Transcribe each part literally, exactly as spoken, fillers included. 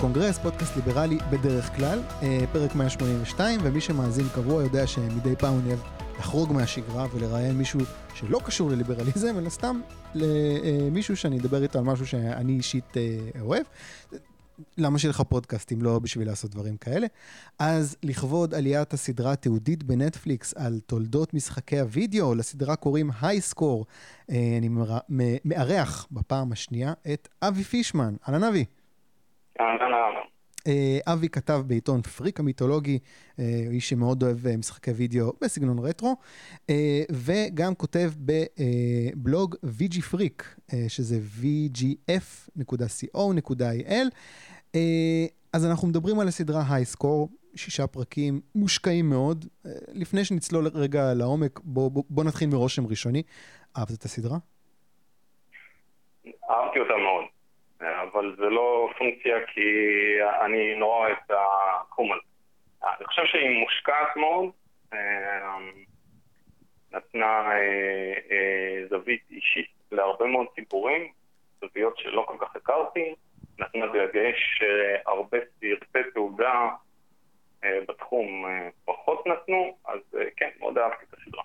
קונגרס, פודקאסט ליברלי בדרך כלל, פרק מאה שמונים ושתיים, ומי שמאזין קבוע יודע שמדי פעם אני אוהב לחרוג מהשגרה ולראיין מישהו שלא קשור לליברליזם, אלא סתם למישהו שאני אדבר איתו על משהו שאני אישית אוהב. למה שלך פודקאסטים לא בשביל לעשות דברים כאלה? אז לכבוד עליית הסדרה התיעודית בנטפליקס על תולדות משחקי הוידאו, לסדרה קוראים היי סקור, אני מארח בפעם השנייה את אבי פישמן. אהלן אבי. אהלן אהלן. אבי כתב בעיתון פריק המיתולוגי, איש שמאוד אוהב משחקי וידאו בסגנון רטרו, וגם כותב בבלוג וי ג'י פריק, שזה וי ג'י אף נקודה סי או נקודה איי אל. אז אנחנו מדברים על הסדרה היי סקור, שישה פרקים מושקעים מאוד. לפני שנצלול רגע לעומק, בוא, בוא, בוא נתחיל מרושם ראשוני. אהבת את הסדרה? אהבתי אותה מאוד. אבל זה לא פונקציה כי אני נורא אוהב את התחום הזה. אני חושב שהיא מושקעת מאוד, נתנה זווית אישית להרבה מאוד סיפורים, זוויות שלא כל כך הכרתי, נתנה דגש הרבה סרטי תעודה בתחום פחות נתנו, אז כן, מאוד אהבתי את הסדרה.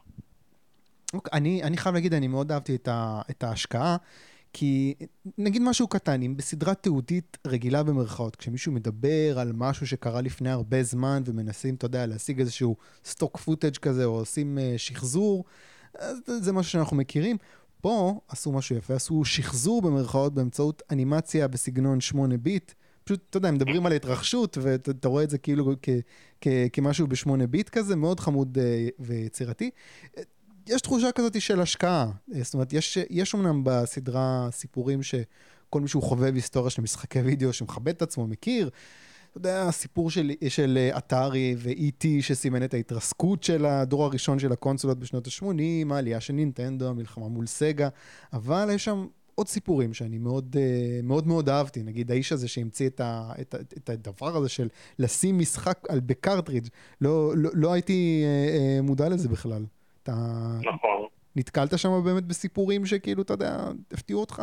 אני, אני חייב להגיד, אני מאוד אהבתי את, ה, את ההשקעה, כי נגיד משהו קטן, אם בסדרה תיעודית רגילה במרכאות, כשמישהו מדבר על משהו שקרה לפני הרבה זמן ומנסים, אתה יודע, להשיג איזשהו סטוק פוטאג' כזה, או עושים uh, שחזור, זה משהו שאנחנו מכירים. פה עשו משהו יפה, עשו שחזור במרכאות באמצעות אנימציה בסגנון שמונה ביט, פשוט, אתה יודע, הם מדברים על ההתרחשות, ואתה רואה את זה כאילו כ- כ- כמשהו בשמונה ביט כזה, מאוד חמוד uh, ויצירתי. יש תחושה כזאת של השקעה, זאת אומרת, יש, יש אומנם בסדרה סיפורים שכל מישהו חובב היסטוריה של משחקי וידאו שמכבד את עצמו, מכיר, אתה יודע, הסיפור של, של אטארי ו-אי טי שסימן את ההתרסקות של הדור הראשון של הקונסולות בשנות ה-שמונים, העלייה של נינטנדו, המלחמה מול סגה, אבל יש שם עוד סיפורים שאני מאוד מאוד מאוד אהבתי, נגיד האיש הזה שהמציא את, ה, את, את הדבר הזה של לשים משחק על בקרטרידג', לא, לא, לא הייתי מודע לזה בכלל. אתה נכון. נתקלת שם באמת בסיפורים שכאילו, אתה יודע, הפתיעו אותך?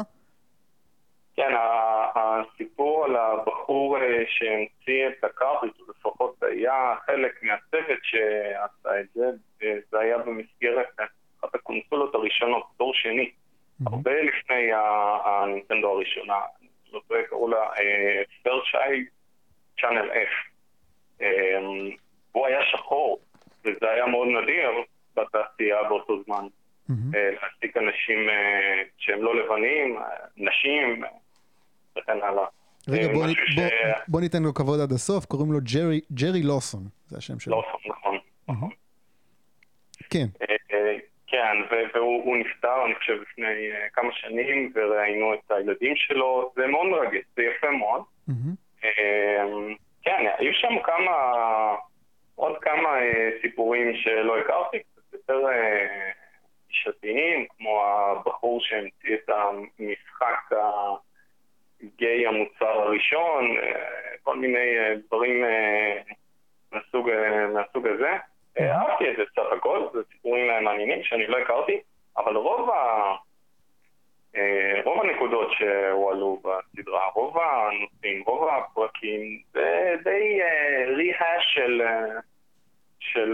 כן, הסיפור על הבחור שהמציא את הקרטרידג' לפחות היה חלק מהצוות שעשה את זה, זה היה במסגרת אחת הקונסולות הראשונות, דור שני, הרבה לפני הנינטנדו הראשונה, לא טועה, קראו לה פרצ'ייד צ'אנל F. הוא היה שחור, וזה היה מאוד נדיר, בתעשייה באותו זמן, להעסיק אנשים שהם לא לבנים, נשים, וכן הלאה. רגע, בוא ניתן לו כבוד עד הסוף, קוראים לו ג'רי לוסון, זה השם שלו. לוסון, נכון. כן. כן, והוא נפטר, אני חושב, לפני כמה שנים, וראינו את הילדים שלו, זה מאוד מרגש, זה יפה מאוד. כן, היו שם כמה, עוד כמה סיפורים שלא הכרתי, יותר אישתיים, כמו הבחור שהמציא את המשחק הגיי המוצר הראשון, כל מיני דברים מהסוג, מהסוג הזה. אהבתי את זה סך הכל, זה סיפורים מעניינים שאני לא הכרתי, אבל רוב, ה... רוב הנקודות שהועלו בסדרה, רוב הנושאים, רוב הפרקים, זה די ריהש של, של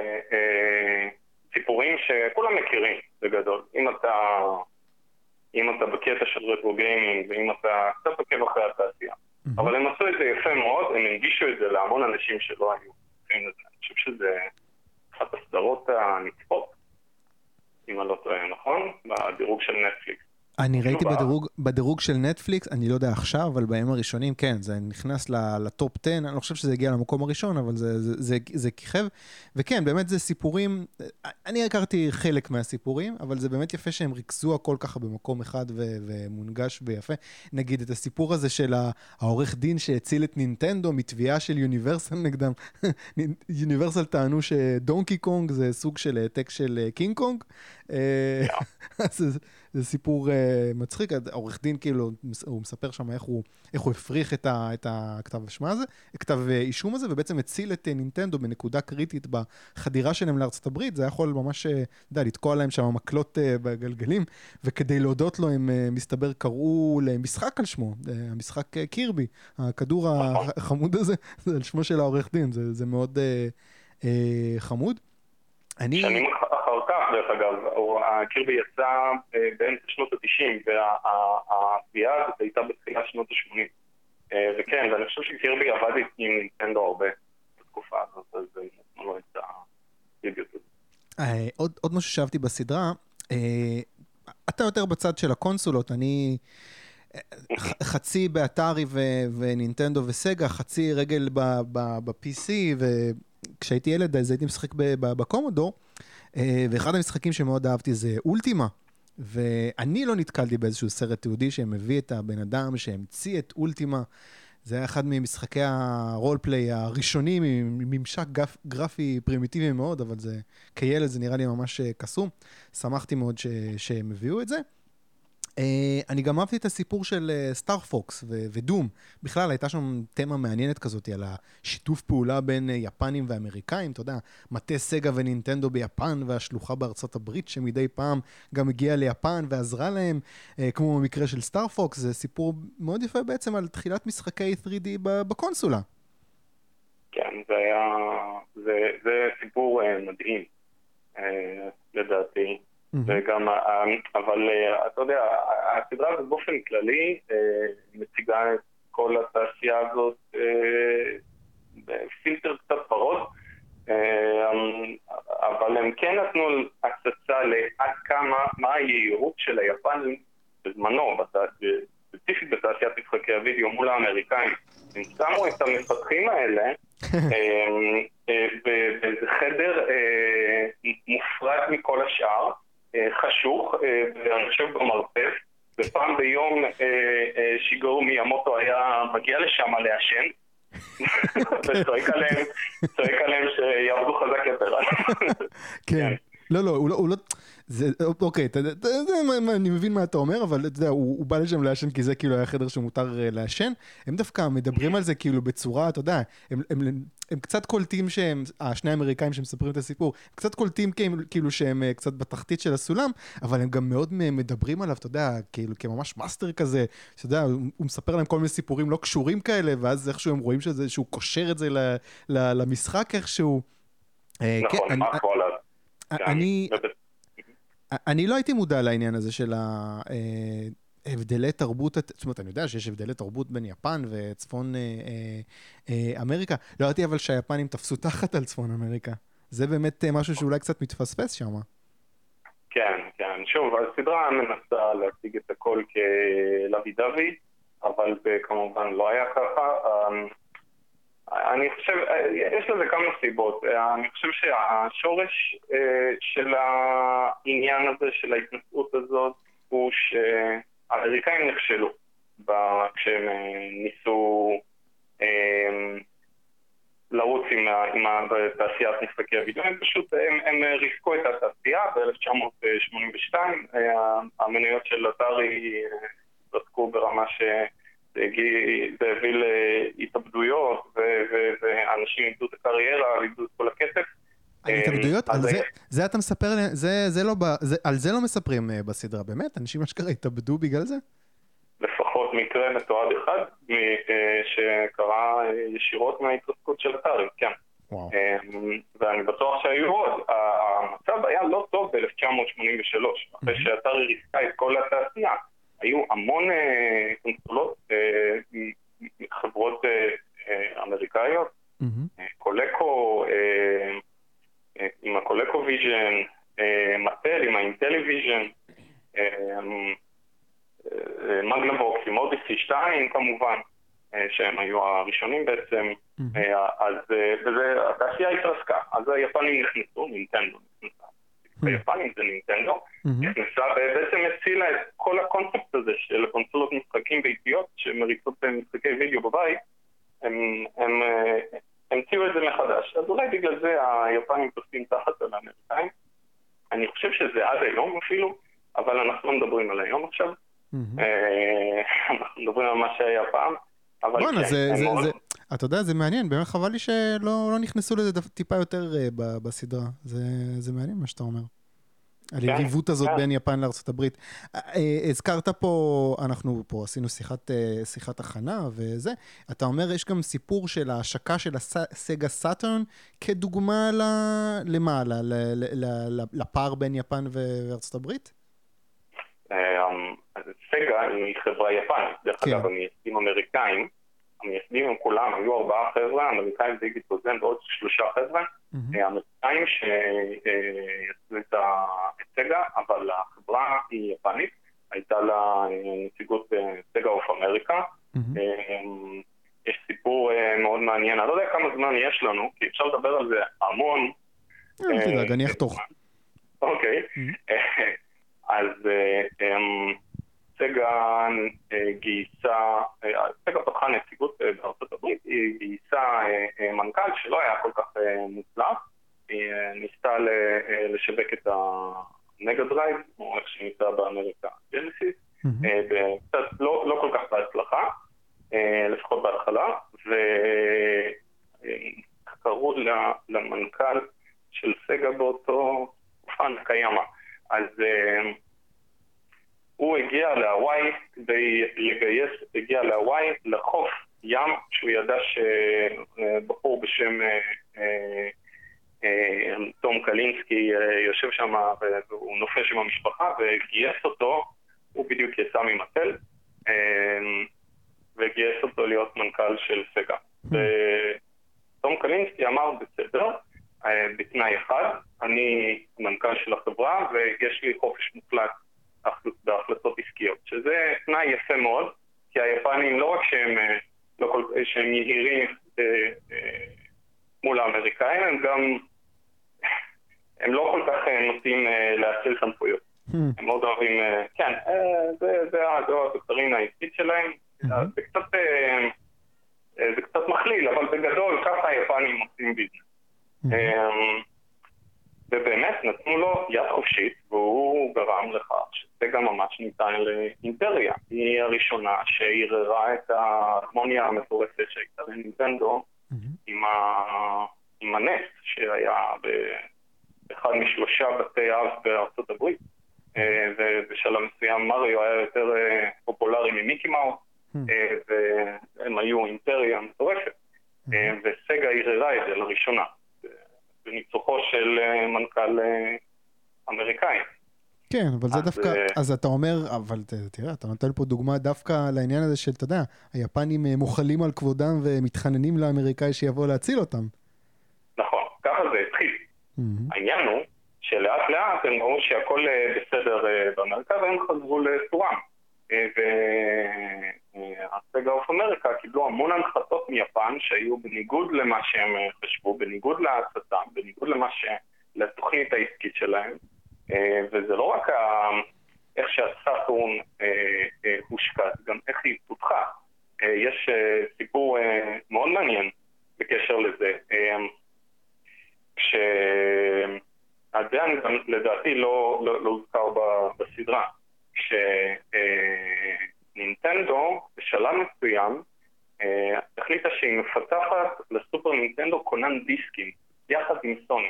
סיפורים שכולם מכירים בגדול. אם אתה, אם אתה בקטע של רטרו גיימינג, ואם אתה קצת עוקב אחרי התעשייה. Mm-hmm. אבל הם עשו את זה יפה מאוד, הם הנגישו את זה להמון אנשים שלא היו. אני חושב שזה אחת הסדרות הנצפות, אם אני לא טועה, נכון? בדירוג של נטפליקס. אני ראיתי בדירוג, בדירוג של נטפליקס, אני לא יודע עכשיו, אבל בימים הראשונים, כן, זה נכנס לטופ עשר, אני לא חושב שזה הגיע למקום הראשון, אבל זה, זה, זה, זה כיכב, וכן, באמת זה סיפורים, אני הכרתי חלק מהסיפורים, אבל זה באמת יפה שהם ריכזו הכל ככה במקום אחד ו- ומונגש ויפה. נגיד את הסיפור הזה של העורך דין שהציל את נינטנדו מתביעה של יוניברסל נגדם. יוניברסל טענו שדונקי קונג זה סוג של העתק של קינג קונג. זה, זה סיפור מצחיק, העורך דין כאילו, הוא מספר שם איך הוא, איך הוא הפריך את, ה, את הכתב השמה הזה, כתב אישום הזה, ובעצם הציל את נינטנדו בנקודה קריטית בחדירה שלהם לארצות הברית, זה יכול ממש, יודע, לתקוע להם שם מקלות בגלגלים, וכדי להודות לו הם מסתבר קראו למשחק על שמו, המשחק קירבי, הכדור החמוד הזה, זה על שמו של העורך דין, זה, זה מאוד אה, אה, חמוד. אני... שנים אחר כך, דרך אגב, קירבי יצא באמצע שנות ה-תשעים, והתביעה הזאת הייתה בתחילת שנות ה-שמונים. וכן, ואני חושב שקירבי עבד עם נינטנדו הרבה בתקופה הזאת, אז זה לא הייתה בדיוק הזה. עוד משהו שאהבתי בסדרה, אתה יותר בצד של הקונסולות, אני חצי באתרי ונינטנדו וסגה, חצי רגל ב-פי סי, וכשהייתי ילד אז הייתי משחק בקומודור, ואחד המשחקים שמאוד אהבתי זה אולטימה, ואני לא נתקלתי באיזשהו סרט תיעודי שמביא את הבן אדם שהמציא את אולטימה, זה היה אחד ממשחקי הרולפליי הראשונים, עם ממשק גרפי פרימיטיבי מאוד, אבל זה, כילד זה נראה לי ממש קסום, שמחתי מאוד שהם הביאו את זה. אני גם אהבתי את הסיפור של סטאר פוקס ודום, בכלל הייתה שם תמה מעניינת כזאת על השיתוף פעולה בין יפנים ואמריקאים, אתה יודע, מטה סגה ונינטנדו ביפן והשלוחה בארצות הברית שמדי פעם גם הגיעה ליפן ועזרה להם, כמו במקרה של סטאר פוקס, זה סיפור מאוד יפה בעצם על תחילת משחקי תרי די בקונסולה. כן, זה היה, זה, זה סיפור מדהים, לדעתי. וגם, אבל אתה יודע, הסדרה הזאת באופן כללי מציגה את כל התעשייה הזאת בפילטר קצת פרות, אבל הם כן נתנו הצצה לעד כמה, מה היעילות של היפנים בזמנו, ספציפית בתעשיית משחקי הוידאו מול האמריקאים. הם שמו את המפתחים האלה באיזה חדר מופרד מכל השאר, חשוך, ואני חושב במרפף, ופעם ביום שיגורו מיאמוטו היה מגיע לשם לעשן, וצועק עליהם, צועק עליהם שיעבדו חזק יותר. כן, לא, לא, הוא לא... אוקיי, אני מבין מה אתה אומר, אבל אתה יודע, הוא בא לשם לעשן כי זה כאילו היה חדר שמותר לעשן, הם דווקא מדברים על זה כאילו בצורה, אתה יודע, הם קצת קולטים שהם, השני האמריקאים שמספרים את הסיפור, הם קצת קולטים כאילו שהם קצת בתחתית של הסולם, אבל הם גם מאוד מדברים עליו, אתה יודע, כאילו כממש מאסטר כזה, שאתה יודע, הוא מספר להם כל מיני סיפורים לא קשורים כאלה, ואז איכשהו הם רואים שזה, שהוא קושר את זה למשחק איכשהו. נכון, מה כל עליו. אני... אני לא הייתי מודע לעניין הזה של ההבדלי תרבות, זאת אומרת, אני יודע שיש הבדלי תרבות בין יפן וצפון אמריקה, לא הייתי אבל שהיפנים תפסו תחת על צפון אמריקה. זה באמת משהו שאולי קצת מתפספס שם. כן, כן. שוב, הסדרה מנסה להציג את הכל כלוי דוד, אבל כמובן לא היה ככה. אני חושב, יש לזה כמה סיבות. אני חושב שהשורש של העניין הזה, של ההתנסות הזאת, הוא שהאמריקאים נכשלו כשהם ניסו לרוץ עם תעשיית משחקי הוידאו. הם פשוט, הם ריסקו את התעשייה ב-אלף תשע מאות שמונים ושתיים. המניות של אתרי רסקו ברמה ש... זה הביא להתאבדויות, ואנשים איבדו את הקריירה, איבדו את כל הכסף. התאבדויות? זה אתה מספר, על זה לא מספרים בסדרה, באמת? אנשים אשכרה התאבדו בגלל זה? לפחות מקרה מתועד אחד, שקרה ישירות מההתרסקות של אתרי, כן. ואני בטוח שהיו עוד. המצב היה לא טוב ב-אלף תשע מאות שמונים ושלוש, אחרי שאתרי ריסקה את כל התעשייה. היו המון קונסולות מחברות אמריקאיות, קולקו, עם הקולקו ויז'ן, מטל עם האינטליוויז'ן, מגנבוקס עם אודיסי שתיים כמובן, שהם היו הראשונים בעצם, אז התעשייה התרסקה, אז היפנים נכנסו, נינטנדו נכנסה. ביפנים זה נינטנדו, נכנסה ובעצם הצילה את כל הקונספט הזה של קונסולות משחקים ביתיות שמריצות משחקי וידאו בבית, הם המציאו את זה מחדש. אז אולי בגלל זה היפנים תופסים תחת על האמריקאים. אני חושב שזה עד היום אפילו, אבל אנחנו לא מדברים על היום עכשיו. אנחנו מדברים על מה שהיה פעם. בוא'נה, זה, זה, זה, אתה יודע, זה מעניין, באמת חבל לי שלא לא נכנסו לזה טיפה יותר בסדרה. זה, זה מעניין מה שאתה אומר. על היריבות הזאת בין יפן לארצות הברית. הזכרת פה, אנחנו פה עשינו שיחת, שיחת הכנה וזה, אתה אומר יש גם סיפור של ההשקה של הסגה סאטרן כדוגמה למה? לפער בין יפן וארצות הברית? סגה היא חברה יפנית, דרך אגב המייסדים אמריקאים, המייסדים הם כולם, היו ארבעה חבר'ה, אמריקאים דיגיט פוזן ועוד שלושה חבר'ה, האמריקאים שיצאו את סגה, אבל החברה היא יפנית, הייתה לה נציגות סגה אוף אמריקה, יש סיפור מאוד מעניין, אני לא יודע כמה זמן יש לנו, כי אפשר לדבר על זה המון. תדאג, אני אחתוך. אוקיי, אז סגה גייסה, סגה פתחה נציגות בארצות הברית, היא גייסה מנכ"ל שלא היה כל כך מוצלח, היא ניסתה לשווק את המגה דרייב, או איך שניסה באמריקה ג'נסיס, קצת לא כל כך בהצלחה, לפחות בהתחלה, וקראו למנכ"ל של סגה באותו תקופה נקיימה. אז הוא הגיע להוואי כדי לגייס, הגיע להוואי לחוף ים, שהוא ידע שבחור בשם תום קלינסקי יושב שם והוא נופש עם המשפחה, וגייס אותו, הוא בדיוק יצא ממטל, וגייס אותו להיות מנכ"ל של סגה. ותום קלינסקי אמר בסדר, בתנאי אחד, אני מנכ"ל של החברה ויש לי חופש מוחלט בהחלטות עסקיות, שזה תנאי יפה מאוד, כי היפנים לא רק שהם, לא כל, שהם יהירים מול האמריקאים, הם גם, הם לא כל כך נוטים להציל סמכויות. הם מאוד אוהבים, כן, זה, זה הדוקטרינה העסקית שלהם, זה קצת, זה קצת מכליל, אבל בגדול ככה היפנים עושים ביזנס. ובאמת נתנו לו יד חופשית, והוא גרם לכך שסגה ממש ניתן לאימפריה. היא הראשונה שערערה את ההרמוניה המטורפת שהייתה לנינטנדו עם, ה... עם הנס שהיה באחד משלושה בתי אב בארצות הברית. ובשלב מסוים מריו היה יותר פופולרי ממיקי מאוס, והם היו אימפריה מטורפת. וסגה ערערה את זה לראשונה. בניצוחו של מנכ"ל אמריקאי. כן, אבל זה דווקא, אז אתה אומר, אבל תראה, אתה נותן פה דוגמה דווקא לעניין הזה של, אתה יודע, היפנים מוחלים על כבודם ומתחננים לאמריקאי שיבוא להציל אותם. נכון, ככה זה התחיל. העניין הוא שלאט לאט הם ראו שהכל בסדר במרכז, והם חזרו לצורם. והסגה אוף אמריקה קיבלו המון הנחתות מיפן שהיו בניגוד למה שהם חשבו, בניגוד להסתה, בניגוד למה ש... לתוכנית העסקית שלהם, וזה לא רק איך שהסאטורן הושקע, גם איך היא פותחה. יש סיפור מאוד מעניין בקשר לזה, כשזה לדעתי לא הוזכר בסדרה, שנינטנדו בשלב מסוים החליטה שהיא מפתחת לסופר נינטנדו קונן דיסקים יחד עם סוני.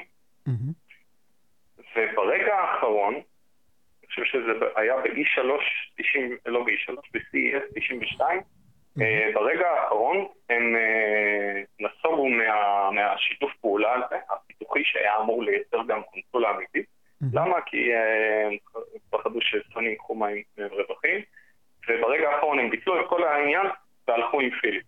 וברגע האחרון, אני חושב שזה היה ב-אי שלוש, לא ב-אי שלוש, ב-סי אי אס תשעים ושתיים, ברגע האחרון הם נסוגו מהשיתוף פעולה הזה, הפיתוחי שהיה אמור לייצר גם קונסולה אמיתית. למה? כי הם פחדו שסוני יקחו מהם רווחים, וברגע האחרון הם ביטלו את כל העניין והלכו עם פיליפ.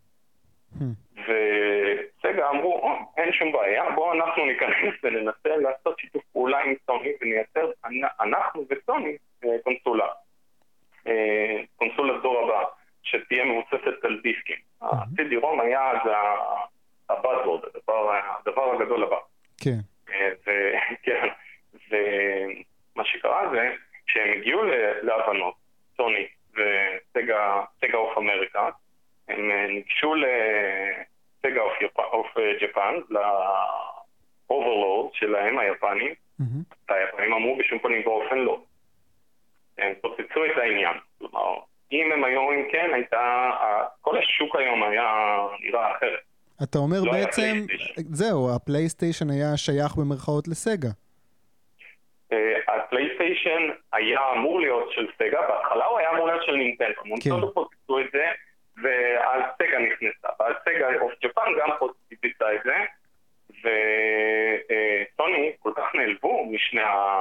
וסגה אמרו, אין שום בעיה, בואו אנחנו ניכנס וננסה לעשות שיתוף פעולה עם סוני ונייצר אנחנו וסוני קונסולה. קונסולה דור הבא, שתהיה מבוססת על דיסקים. ה-סי די רום היה אז הבאזוורד, הדבר הגדול הבא. כן. וכן. ומה שקרה זה שהם הגיעו להבנות, סוני וסגה אוף אמריקה, הם ניגשו לסגה אוף ג'פן, לאוברלורד שלהם, היפנים, והיפנים אמרו בשום פנים ואופן לא. הם פוצצו את העניין. כלומר, אם הם היו אומרים כן, הייתה, כל השוק היום היה נראה אחרת. אתה אומר לא בעצם, זהו, הפלייסטיישן היה שייך במרכאות לסגה. הפלייסטיישן היה אמור להיות של סגה, בהתחלה הוא היה אמור להיות של נינטנדו. נינטנדו פוצצו את זה, ואז סגה נכנסה. ואז סגה אוף ג'פן גם פוצצה את זה, וסוני כל כך נעלבו משני ה...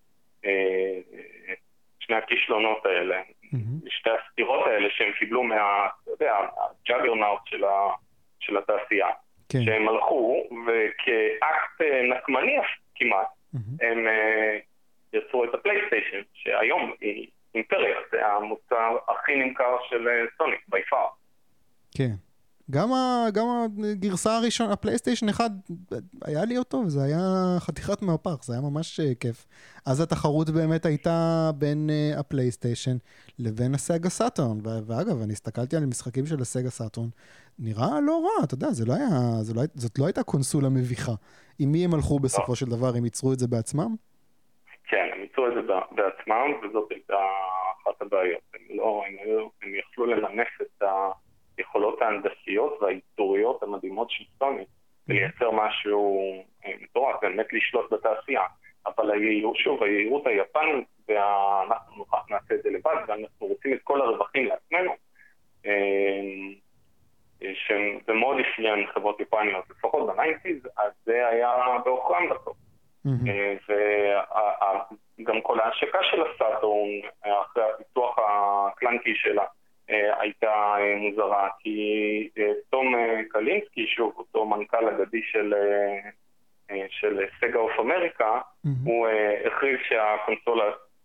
שני הכישלונות האלה, שתי הסתירות האלה שהם קיבלו מה, אתה יודע, הג'אגרנאוט של, ה, של התעשייה, כן. שהם הלכו, וכאקט נקמני כמעט, הם יצרו את הפלייסטיישן, שהיום היא אימפריה, זה המוצר הכי נמכר של סוני, ביפאר. כן. גם, ה, גם הגרסה הראשונה, הפלייסטיישן אחד, היה לי אותו, וזה היה חתיכת מהפך, זה היה ממש כיף. אז התחרות באמת הייתה בין uh, הפלייסטיישן לבין הסגה סאטרן, ואגב, אני הסתכלתי על משחקים של הסגה סאטרן, נראה לא רע, אתה יודע, זה לא היה, זה לא, זאת לא הייתה קונסולה מביכה. עם מי הם הלכו בסופו לא. של דבר, הם ייצרו את זה בעצמם? כן, הם ייצרו את זה בעצמם, וזאת הייתה אחת הבעיות. הם, לא, הם, הם יכלו למנף את ה... יכולות ההנדסיות והייצוריות המדהימות של סוני, ולייצר משהו מטורף, באמת לשלוט בתעשייה. אבל שוב, היעירות היפנית, ואנחנו נעשה את זה לבד, ואנחנו רוצים את כל הרווחים לעצמנו, שזה מאוד הפליאן חברות יפניות, לפחות בניינטיז, אז זה היה באוכרם בסוף. וגם כל ההשקה של הסאטורן, אחרי הפיתוח הקלנקי שלה, הייתה מוזרה, כי תום קלינסקי, שוב, אותו מנכ"ל אגדי של, של סגה אוף אמריקה, הוא הכריז שהקונסולה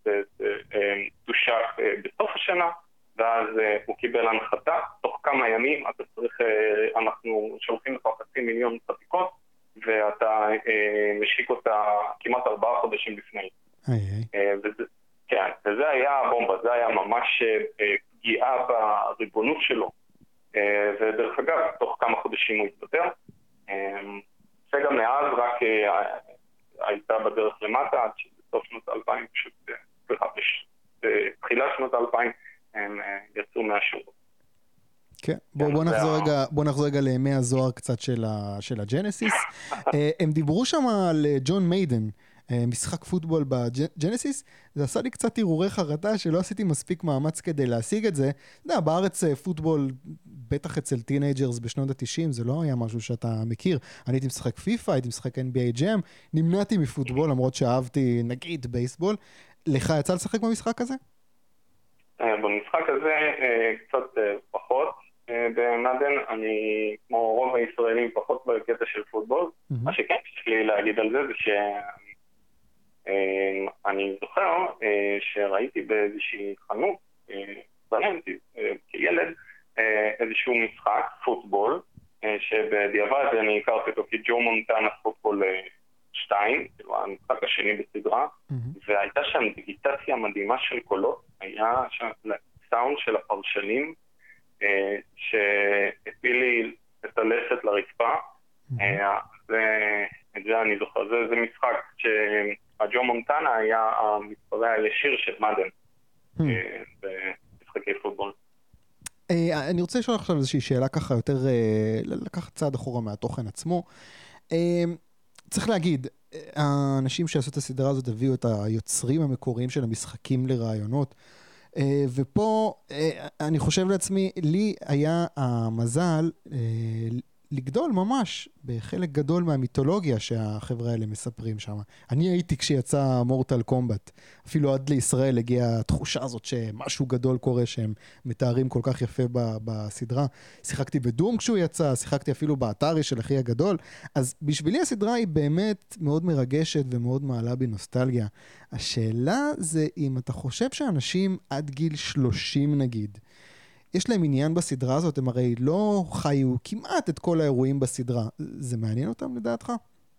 תושק בסוף השנה, ואז הוא קיבל הנחתה, תוך כמה ימים אתה צריך, אנחנו שולחים לך חצי מיליון חתיקות, ואתה משיק אותה כמעט ארבעה חודשים לפני. וזה, כן, וזה היה בומבה, זה היה ממש פגיעה בריבונות שלו, ודרך אגב, תוך כמה חודשים הוא התפטר. סגה מאז רק הייתה בדרך למטה, עד שבסוף שנות האלפיים, פשוט, סליחה, בתחילת שנות האלפיים, הם יצאו מהשוק. כן, בוא, בוא, נחזור רגע, בוא נחזור רגע לימי הזוהר קצת של, ה, של הג'נסיס. הם דיברו שם על ג'ון מיידן, משחק פוטבול בג'נסיס, זה עשה לי קצת הרהורי חרטה שלא עשיתי מספיק מאמץ כדי להשיג את זה. אתה יודע, בארץ פוטבול, בטח אצל טינאג'רס בשנות ה-תשעים, זה לא היה משהו שאתה מכיר. אני הייתי משחק פיפה, הייתי משחק אן בי איי ג'ם, נמנעתי מפוטבול, למרות שאהבתי נגיד בייסבול. לך יצא לשחק במשחק הזה? במשחק הזה קצת פחות. במדן, אני, כמו רוב הישראלים, פחות בקטע של פוטבול. מה שכן יש לי להגיד על זה, זה שאני זוכר שראיתי באיזושהי חנות, בננטי, כילד, איזשהו משחק, פוטבול, שבדיעבד אני הכרתי אותו כג'ו מונטנה פוטבול שתיים, המשחק השני בסדרה, והייתה שם דיגיטציה מדהימה של קולות, היה שם סאונד של הפרשנים, שהפיל לי את הלסת לרצפה, את זה אני זוכר, זה משחק שהג'ו מונטנה היה המספרי הישיר של מדן במשחקי פוטבול. אני רוצה לשאול עכשיו איזושהי שאלה ככה יותר, לקחת צעד אחורה מהתוכן עצמו. צריך להגיד, האנשים שעשו את הסדרה הזאת הביאו את היוצרים המקוריים של המשחקים לרעיונות, ופה אני חושב לעצמי, לי היה המזל לגדול ממש בחלק גדול מהמיתולוגיה שהחבר'ה האלה מספרים שם. אני הייתי כשיצא מורטל קומבט, אפילו עד לישראל הגיעה התחושה הזאת שמשהו גדול קורה שהם מתארים כל כך יפה בסדרה. שיחקתי בדום כשהוא יצא, שיחקתי אפילו באתרי של אחי הגדול, אז בשבילי הסדרה היא באמת מאוד מרגשת ומאוד מעלה בי נוסטלגיה. השאלה זה אם אתה חושב שאנשים עד גיל שלושים נגיד, יש להם עניין בסדרה הזאת, הם הרי לא חיו כמעט את כל האירועים בסדרה. זה מעניין אותם לדעתך?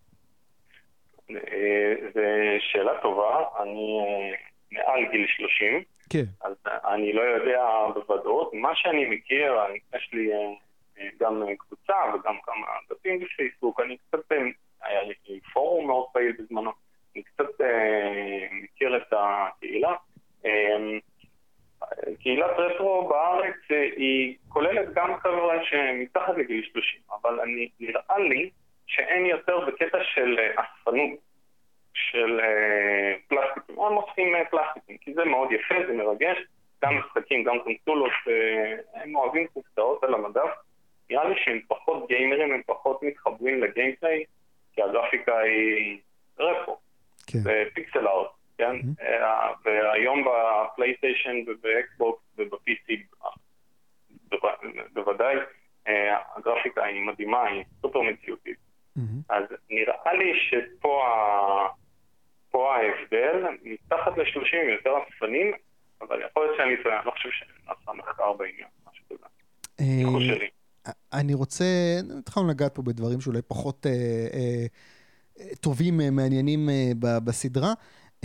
זו שאלה טובה. אני מעל גיל שלושים, כן. אז אני לא יודע בוודאות. מה שאני מכיר, יש לי גם קבוצה וגם כמה דפים בפייסבוק. אני קצת, היה לי פורום מאוד פעיל בזמנו. אני קצת מכיר את הקהילה. קהילת רטרו בארץ היא כוללת גם חבר'ה שמתחת לגיל שלושים, אבל אני, נראה לי שאין יותר בקטע של אספנות של פלסטיקים, או הם עושים פלסטיקים, כי זה מאוד יפה, זה מרגש, גם משחקים, גם קונסולות, הם אוהבים קופסאות על המדף. נראה לי שהם פחות גיימרים, הם פחות מתחברים לגיימפליי, כי הגרפיקה היא רטרו, זה פיקסל ארט. כן? והיום בפלייסטיישן ובאקסבוקס ובפי סי בוודאי הגרפיקה היא מדהימה, היא סופר מציאותית. אז נראה לי שפה ההבדל, מתחת ל-שלושים יותר אספנים, אבל יכול להיות שאני לא חושב שנעשה מחקר בעניין, משהו כזה. ניחוש שלי. אני רוצה, התחלנו לגעת פה בדברים שאולי פחות טובים, מעניינים בסדרה.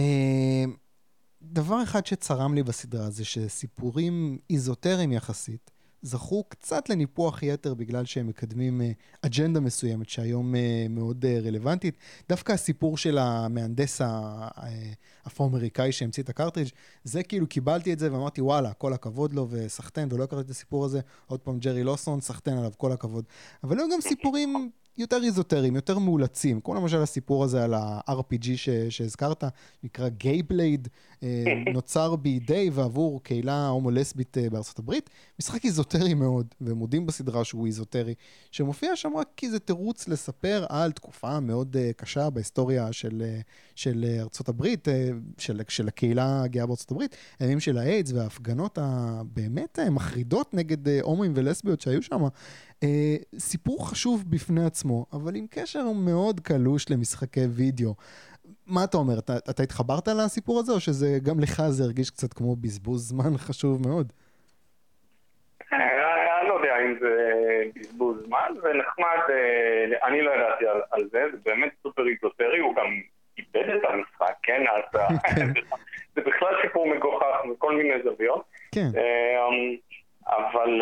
דבר אחד שצרם לי בסדרה זה שסיפורים איזוטריים יחסית זכו קצת לניפוח יתר בגלל שהם מקדמים אג'נדה מסוימת שהיום מאוד רלוונטית. דווקא הסיפור של המהנדס האפרו-אמריקאי שהמציא את הקרטריג' זה כאילו קיבלתי את זה ואמרתי וואלה, כל הכבוד לו וסחטן, ולא הכרתי את הסיפור הזה, עוד פעם ג'רי לוסון, סחטן עליו, כל הכבוד. אבל היו גם סיפורים יותר איזוטריים, יותר מאולצים, כמו למשל הסיפור הזה על ה-אר פי ג'י ש- שהזכרת, נקרא גייבלייד, נוצר בידי ועבור קהילה הומו-לסבית בארצות הברית, משחק איזוטרי מאוד, ומודים בסדרה שהוא איזוטרי, שמופיע שם רק כי זה תירוץ לספר על תקופה מאוד קשה בהיסטוריה של, של ארצות הברית, של, של הקהילה הגאה בארצות הברית, הימים של האיידס וההפגנות הבאמת מחרידות נגד הומואים ולסביות שהיו שם, סיפור חשוב בפני עצמו, אבל עם קשר מאוד קלוש למשחקי וידאו. מה אתה אומר? אתה, אתה התחברת לסיפור הזה, או שזה גם לך זה הרגיש קצת כמו בזבוז זמן חשוב מאוד? אני לא יודע אם זה בזבוז זמן, זה נחמד, אני לא ידעתי על, על זה, זה באמת סופר איזוטרי, הוא גם איבד את המשחק, כן? זה בכלל סיפור מגוחך מכל מיני זוויות, כן. אבל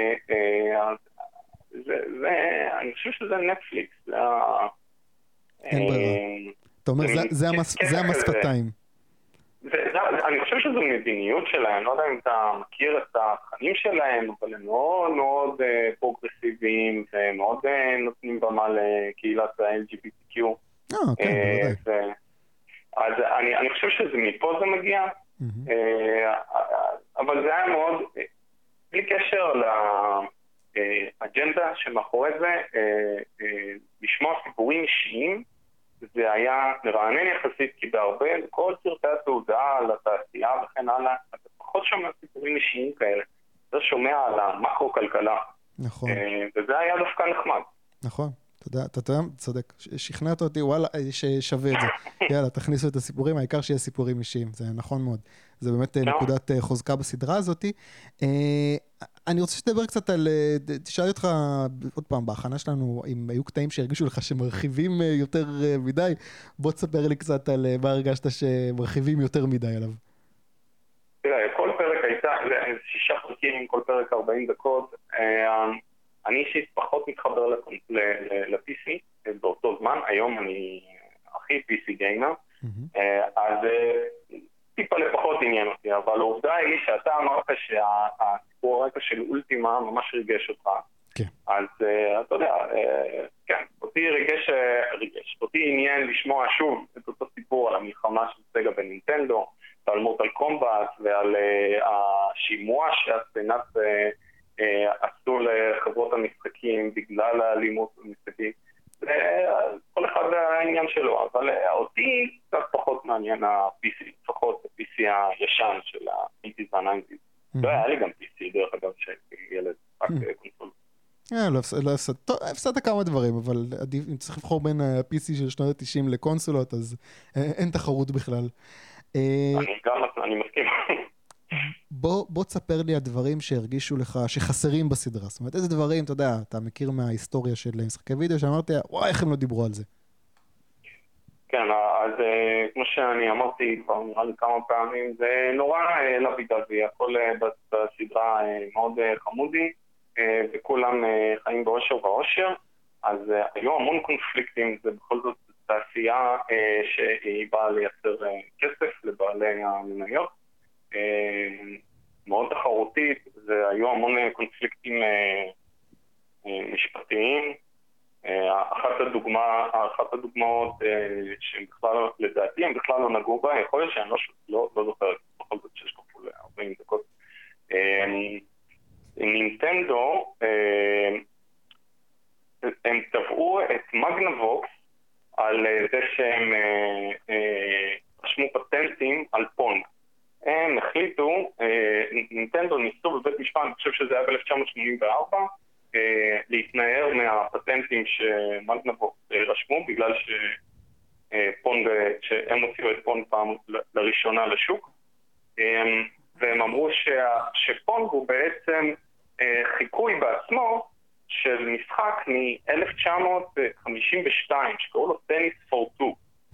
זה, זה, אני חושב שזה נטפליקס, זה אין ברירה. אתה אומר, זה המספתיים. אני חושב שזו מדיניות שלהם, לא יודע אם אתה מכיר את התכנים שלהם, אבל הם מאוד מאוד פרוגרסיביים, ומאוד נותנים במה לקהילת ה-אל ג'י בי טי קיו. אה, כן, בוודאי. אז אני חושב שזה מפה זה מגיע, אבל זה היה מאוד, בלי קשר לאג'נדה שמאחורי זה, לשמוע סיפורים אישיים, זה היה מרענן יחסית, כי בהרבה, כל סרטי התעודה על התעשייה וכן הלאה, אתה פחות שומע סיפורים אישיים כאלה. אתה שומע על המקרו-כלכלה. נכון. וזה היה דווקא נחמד. נכון. תודה, אתה צודק. שכנעת אותי, וואלה, ששווה את זה. יאללה, תכניסו את הסיפורים, העיקר שיהיה סיפורים אישיים. זה נכון מאוד. זה באמת נקודת חוזקה בסדרה הזאת. אני רוצה שתדבר קצת על, תשאל אותך עוד פעם, בהכנה שלנו, אם היו קטעים שהרגישו לך שמרחיבים יותר מדי, בוא תספר לי קצת על מה הרגשת שמרחיבים יותר מדי עליו. תראה, כל פרק הייתה, שישה פרקים, כל פרק ארבעים דקות, אני אישית פחות מתחבר ל-פי סי באותו זמן, היום אני הכי פי סי גיימר, אז טיפה לפחות עניין אותי, אבל העובדה היא שאתה אמרת שהסיפור הרקע של אולטימה ממש ריגש אותך, אז אתה יודע, כן, אותי ריגש, ריגש, אותי עניין לשמוע שוב את אותו סיפור על המלחמה של סגה בנינטנדו, ועל מורטל קומבט ועל השימוע שהסנאט עשו לחברות המשחקים בגלל האלימות במשחקים. כל אחד העניין שלו, אבל אותי קצת פחות מעניין ה-פי סי, לפחות ה-פי סי הישן של ה-שמונים וה-תשעים. לא היה לי גם פי סי, דרך אגב, שילד רק קונסול. לא הפסד, טוב, הפסדת כמה דברים, אבל אם צריך לבחור בין ה-פי סי של שנות ה-תשעים לקונסולות, אז אין תחרות בכלל. אני גם, אני מסכים. בוא, בוא תספר לי הדברים שהרגישו לך, שחסרים בסדרה. זאת אומרת, איזה דברים, אתה יודע, אתה מכיר מההיסטוריה של משחקי וידאו, שאמרתי, וואי, איך הם לא דיברו על זה? כן, אז כמו שאני אמרתי כבר נראה לי כמה פעמים, זה נורא לוי דווי, הכל בסדרה מאוד חמודי, וכולם חיים באושר ואושר, אז היו המון קונפליקטים, זה בכל זאת תעשייה שהיא באה לייצר כסף לבעלי המניות, מאוד תחרותית, והיו המון קונפליקטים משפטיים. אחת הדוגמה, אחת הדוגמאות שהם בכלל, לדעתי, הם בכלל לא נגעו בה, יכול להיות שאני לא, לא, לא זוכר, בכל זאת שש כפול ארבעים דקות. נינטנדו, הם תבעו את מגנבוקס על זה שהם רשמו פטנטים על פונג. הם החליטו, נינטנדו ניסו בבית משפט, אני חושב שזה היה ב-אלף תשע מאות שמונים וארבע, להתנער מהפטנטים שמגנבוקס רשמו, בגלל שפונג, שהם הוציאו את פונג פעם לראשונה לשוק, והם אמרו שפונג הוא בעצם חיקוי בעצמו של משחק מ-אלף תשע מאות חמישים ושתיים, שקראו לו טניס פור טו,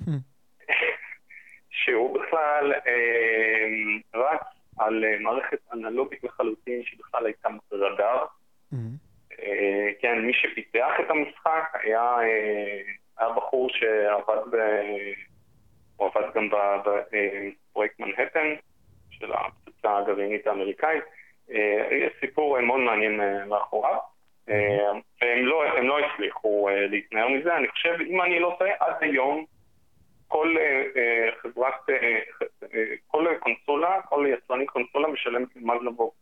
שהוא בכלל רץ על מערכת אנלוגית לחלוטין, שבכלל הייתה רדאר. כן, מי שפיתח את המשחק היה, היה בחור שעבד ב... הוא עבד גם בפרויקט מנהטן של הפצצה הגרעינית האמריקאית. יש סיפור מאוד מעניין מאחוריו, והם לא, הם לא הצליחו להתנער מזה. אני חושב, אם אני לא טועה, עד היום כל חברת, כל קונסולה, כל יצרנית קונסולה משלמת מגנבוקס,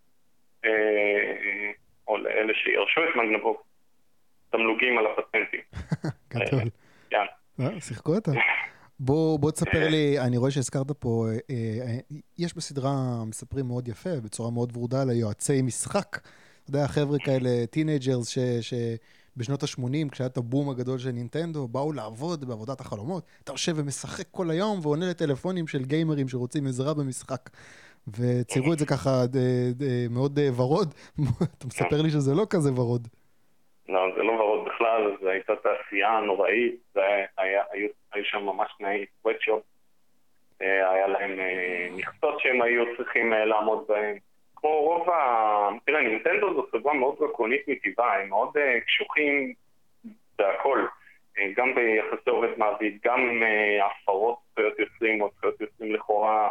או לאלה שירשו את מגנבוקס, תמלוגים על הפטנטים. גדול. כן. שיחקו אותה. בוא, בוא תספר לי, אני רואה שהזכרת פה, יש בסדרה מספרים מאוד יפה, בצורה מאוד ורודה, על היועצי משחק. אתה יודע, חבר'ה כאלה, טינג'רס, שבשנות ה-שמונים, כשהיה את הבום הגדול של נינטנדו, באו לעבוד בעבודת החלומות. אתה יושב ומשחק כל היום, ועונה לטלפונים של גיימרים שרוצים עזרה במשחק. וציירו את זה ככה מאוד ורוד. אתה מספר לי שזה לא כזה ורוד. לא, זה לא ורוד בכלל, זו הייתה תעשייה נוראית, היו שם ממש תנאי סוואטשופ, היה להם מכסות שהם היו צריכים לעמוד בהם. כמו רוב ה... תראה, נינטנדו זו חברה מאוד דרקונית מטבעה, הם מאוד קשוחים בהכל, גם ביחסי עובד מעביד, גם עם הפרות זכויות יוצרים או זכויות יוצרים לכאורה,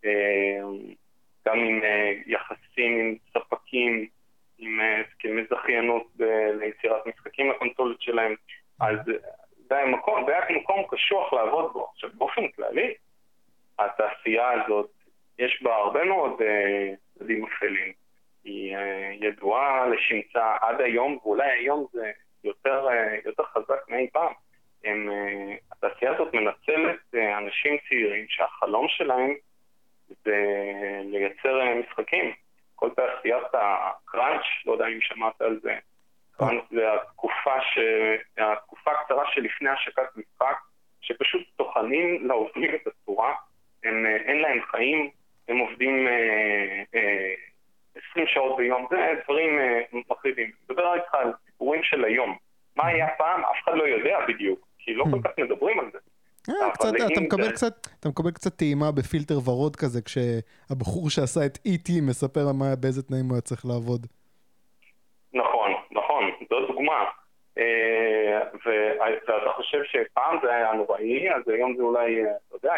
גם עם יחסים עם ספקים, עם הסכמי זכיינות ליצירת משחקים לקונסולות שלהם, אז זה היה מקום, זה היה מקום קשוח לעבוד בו. עכשיו, באופן כללי, התעשייה הזאת, יש בה הרבה מאוד צדדים אפלים. היא ידועה לשמצה עד היום, ואולי היום זה יותר, יותר חזק מאי פעם. הם, התעשייה הזאת מנצלת אנשים צעירים שהחלום שלהם זה לייצר משחקים. כל תעשיית הקראנץ', לא יודע אם שמעת על זה, קראנץ' זה התקופה, ש... התקופה הקצרה שלפני השקת משחק, שפשוט טוחנים לעובדים את הצורה, הם, אין להם חיים, הם עובדים אה, אה, עשרים שעות ביום, זה דברים אה, מחרידים. מדבר איתך על סיפורים של היום. מה היה פעם? אף אחד לא יודע בדיוק, כי לא כל כך מדברים על זה. אתה מקבל קצת טעימה בפילטר ורוד כזה, כשהבחור שעשה את אי טי מספר באיזה תנאים הוא היה צריך לעבוד. נכון, נכון, זו דוגמה. ואתה חושב שפעם זה היה נוראי, אז היום זה אולי, אתה יודע,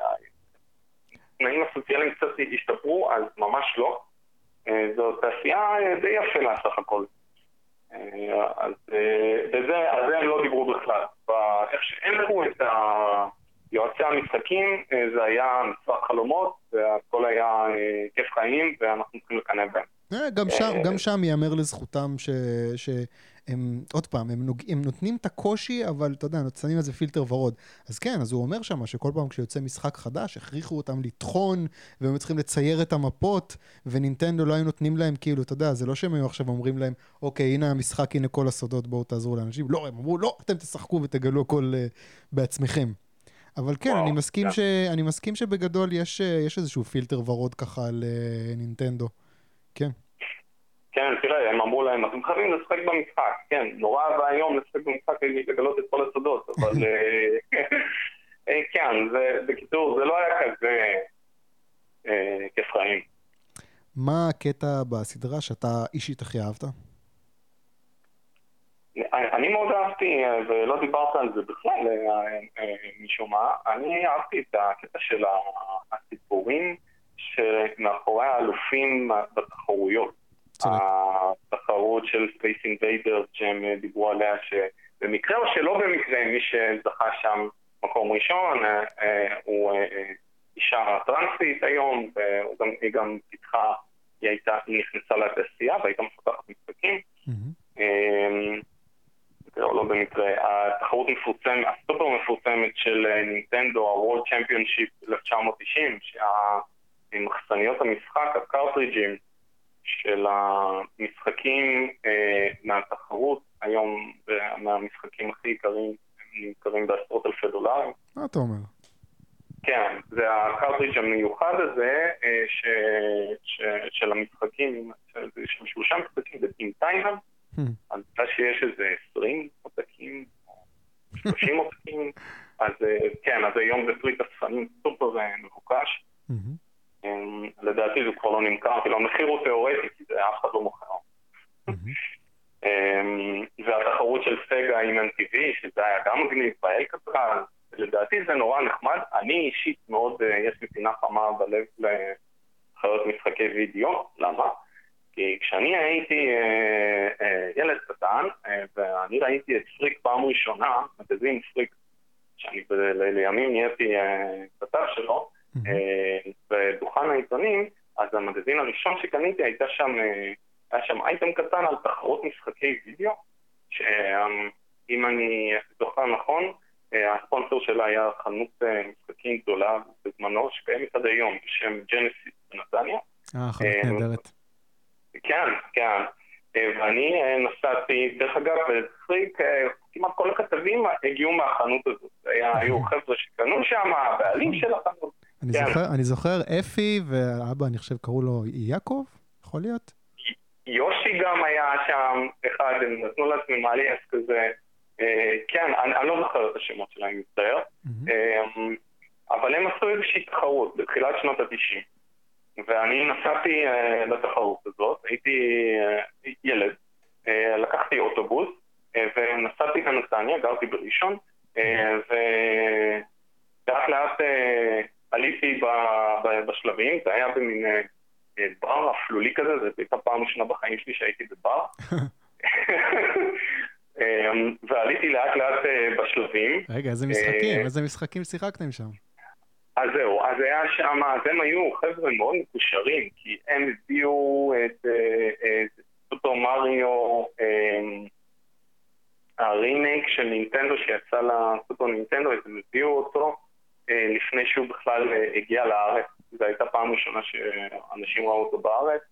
תנאים הסוציאליים קצת השתפרו, אז ממש לא. זו תעשייה די אפלה סך הכל. אז בזה, על זה הם לא דיברו בכלל. איך שהם הראו את יועצי המשחקים, זה היה משחק חלומות, והכל היה כיף חיים, ואנחנו צריכים לקנא בהם. גם שם יאמר לזכותם שהם, עוד פעם, הם נותנים את הקושי, אבל אתה יודע, נותנים איזה פילטר ורוד. אז כן, אז הוא אומר שם שכל פעם כשיוצא משחק חדש, הכריחו אותם לטחון, והם צריכים לצייר את המפות, ונינטנדו לא היו נותנים להם, כאילו, אתה יודע, זה לא שהם היו עכשיו אומרים להם, אוקיי, הנה המשחק, הנה כל הסודות, בואו תעזרו לאנשים. לא, הם אמרו, לא, אתם תשחקו ותגלו הכל בעצמכם. אבל כן, אני מסכים ש... אני מסכים שבגדול יש, יש איזשהו פילטר ורוד ככה על נינטנדו. כן. כן, תראה, הם אמרו להם, אתם חייבים לשחק במשחק, כן, נורא והיום לשחק במשחק לגלות את כל הסודות, אבל כן, בקיצור, זה לא היה כזה כיף חיים. מה הקטע בסדרה שאתה אישית הכי אהבת? אני מאוד אהבתי, ולא דיברת על זה בכלל משום מה, אני אהבתי את הקטע של הסיפורים שמאחורי האלופים בתחרויות. התחרות של Space Invaders שהם דיברו עליה, שבמקרה או שלא במקרה, מי שזכה שם מקום ראשון, הוא אישה טרנסית היום, והיא גם פיתחה, היא הייתה, היא נכנסה לתעשייה, והייתה מפתחת משחקים. או לא במקרה, התחרות מפורסמת, הסופר מפורסמת של נינטנדו, ה-World Championship אלף תשע מאות תשעים, שהמחסניות המשחק, הקרטריג'ים של המשחקים מהתחרות, היום מהמשחקים הכי יקרים, הם נמכרים בעשרות אלפי דולרים. מה אתה אומר? כן, זה הקרטריג' המיוחד הזה ש... ש... של המשחקים, של שלושה משחקים בטים טיינר, אז שיש איזה עשרים עותקים, שלושים עותקים, אז כן, אז היום זה פריט אספנים סופר מבוקש. לדעתי זה כבר לא נמכר, כאילו המחיר הוא תיאורטי, כי זה אף אחד לא מוכר. והתחרות של סגה עם אם טי וי, שזה היה גם מגניב באלקטרז, לדעתי זה נורא נחמד. אני אישית מאוד, יש לי פינה חמה בלב לחיות משחקי וידאו. למה? כי כשאני הייתי אה, אה, ילד קטן, אה, ואני ראיתי את פריק פעם ראשונה, מגזין פריק, שאני ב- לימים נהייתי אה, כתב שלו, אה, בדוכן העיתונים, אז המגזין הראשון שקניתי הייתה שם, אה, היה שם אייטם קטן על תחרות משחקי וידאו, שאם אני זוכר נכון, אה, הספונסר שלה היה חנות אה, משחקים גדולה בזמנו, שקיימת עד היום, בשם ג'נסיס בנתניה. אה, חנות נהדרת. כן, כן. ואני נסעתי, דרך אגב, בפריק, כמעט כל הכתבים הגיעו מהחנות הזאת. היו חבר'ה שקנו שם, הבעלים של החנות. אני זוכר, אני זוכר, אפי ואבא, אני חושב, קראו לו יעקב, יכול להיות? יושי גם היה שם, אחד, הם נתנו לעצמי מעליאס כזה. כן, אני לא זוכר את השמות שלהם מצטער. אבל הם עשו איזושהי תחרות בתחילת שנות ה-תשעים. ואני נסעתי uh, לתחרות הזאת, הייתי uh, ילד, uh, לקחתי אוטובוס, uh, ונסעתי לנתניה, גרתי בראשון, uh, ולאט לאט uh, עליתי ב- ב- בשלבים, זה היה במין uh, בר אפלולי כזה, זה הייתה פעם ראשונה בחיים שלי שהייתי בבר, um, ועליתי לאט לאט uh, בשלבים. רגע, איזה משחקים, uh, איזה משחקים שיחקתם שם? אז זהו, אז היה שם, אז הם היו חבר'ה מאוד מקושרים, כי הם הביאו את, את סופר מריו, הרימייק של נינטנדו שיצא לסופר נינטנדו, אז הם הביאו אותו לפני שהוא בכלל הגיע לארץ. זו הייתה פעם ראשונה שאנשים ראו אותו בארץ.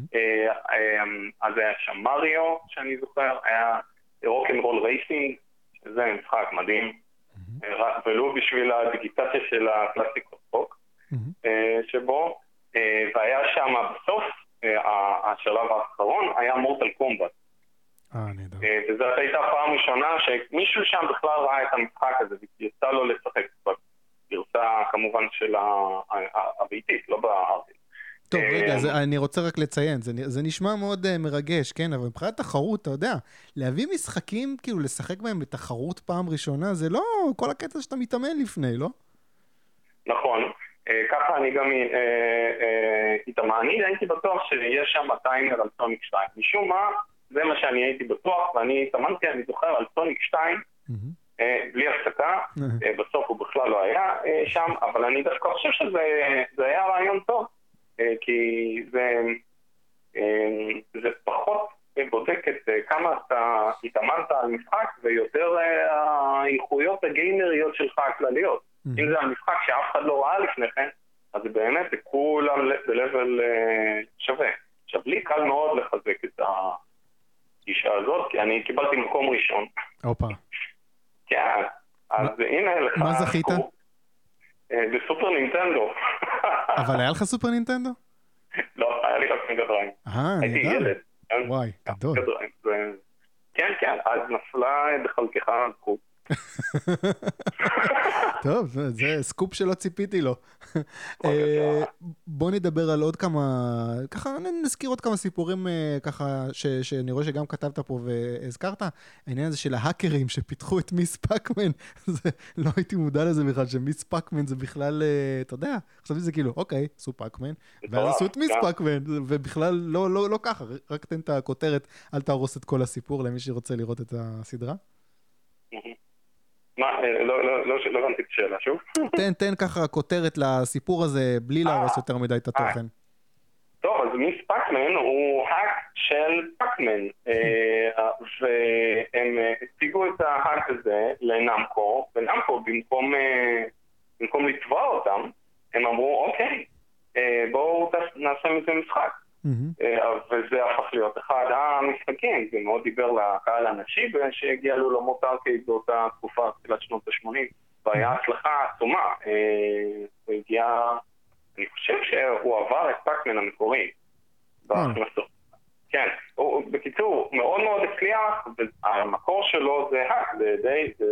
אז היה שם מריו, שאני זוכר, היה רוק'נ'רול רייסינג, שזה משחק מדהים. ולו בשביל הדיגיטציה של הקלאסיק רוק, שבו, והיה שם בסוף, השלב האחרון היה מורטל קומבט. אה, נהדר. וזאת הייתה פעם ראשונה שמישהו שם בכלל ראה את המשחק הזה, ויצא לו לשחק בגרסה כמובן של הביתית, לא בארץ. טוב, רגע, זה, אני רוצה רק לציין, זה, זה נשמע מאוד uh, מרגש, כן? אבל מבחינת תחרות, אתה יודע, להביא משחקים, כאילו, לשחק בהם בתחרות פעם ראשונה, זה לא כל הקטע שאתה מתאמן לפני, לא? נכון. Uh, ככה אני גם התאמן. Uh, uh, אני הייתי בטוח שיש שם טיימר על סוניק שתיים. משום מה, זה מה שאני הייתי בטוח, ואני התאמנתי, אני זוכר, על סוניק שתיים, mm-hmm. uh, בלי הפסקה. Mm-hmm. Uh, בסוף הוא בכלל לא היה uh, שם, אבל אני דווקא חושב שזה היה רעיון טוב. כי זה, זה פחות בודק את כמה אתה התאמנת על משחק ויותר האיכויות הגיימריות שלך הכלליות. Mm-hmm. אם זה המשחק שאף אחד לא ראה לפני כן, אז באמת זה כולם בלבל שווה. עכשיו, לי קל מאוד לחזק את הגישה הזאת, כי אני קיבלתי מקום ראשון. אופה. כן, אז מה, הנה לך... מה זכית? בסופר נינטנדו. אבל היה לך סופר נינטנדו? לא, היה לי רק מגדריים. אה, הייתי ילד. וואי, גדול. כן, כן, אז נפלה בחלקך הזכות. טוב, זה סקופ שלא ציפיתי לו. בוא נדבר על עוד כמה, ככה נזכיר עוד כמה סיפורים ככה, שאני רואה שגם כתבת פה והזכרת, העניין הזה של ההאקרים שפיתחו את מיס פאקמן, לא הייתי מודע לזה בכלל, שמיס פאקמן זה בכלל, אתה יודע, חשבתי זה כאילו, אוקיי, עשו פאקמן, ואז עשו את מיס פאקמן, ובכלל לא ככה, רק תן את הכותרת, אל תהרוס את כל הסיפור למי שרוצה לראות את הסדרה. מה, לא הבנתי את השאלה, שוב? תן, תן ככה כותרת לסיפור הזה, בלי להרוס יותר מדי את התוכן. טוב, אז מיס פאקמן הוא האק של פאקמן, והם הציגו את ההאק הזה לנאמקו, ונאמקו במקום לתבוע אותם, הם אמרו, אוקיי, בואו נעשה מזה משחק. וזה הפך להיות אחד המשחקים, זה מאוד דיבר לקהל הנשי שהגיע לעולמות ארקייד באותה תקופה, תחילת שנות ה-שמונים, והיה הצלחה עצומה. הוא הגיע, אני חושב שהוא עבר את פאקמן המקורי בהכנסות. כן, בקיצור, מאוד מאוד הצליח, והמקור שלו זה האק, זה די, זה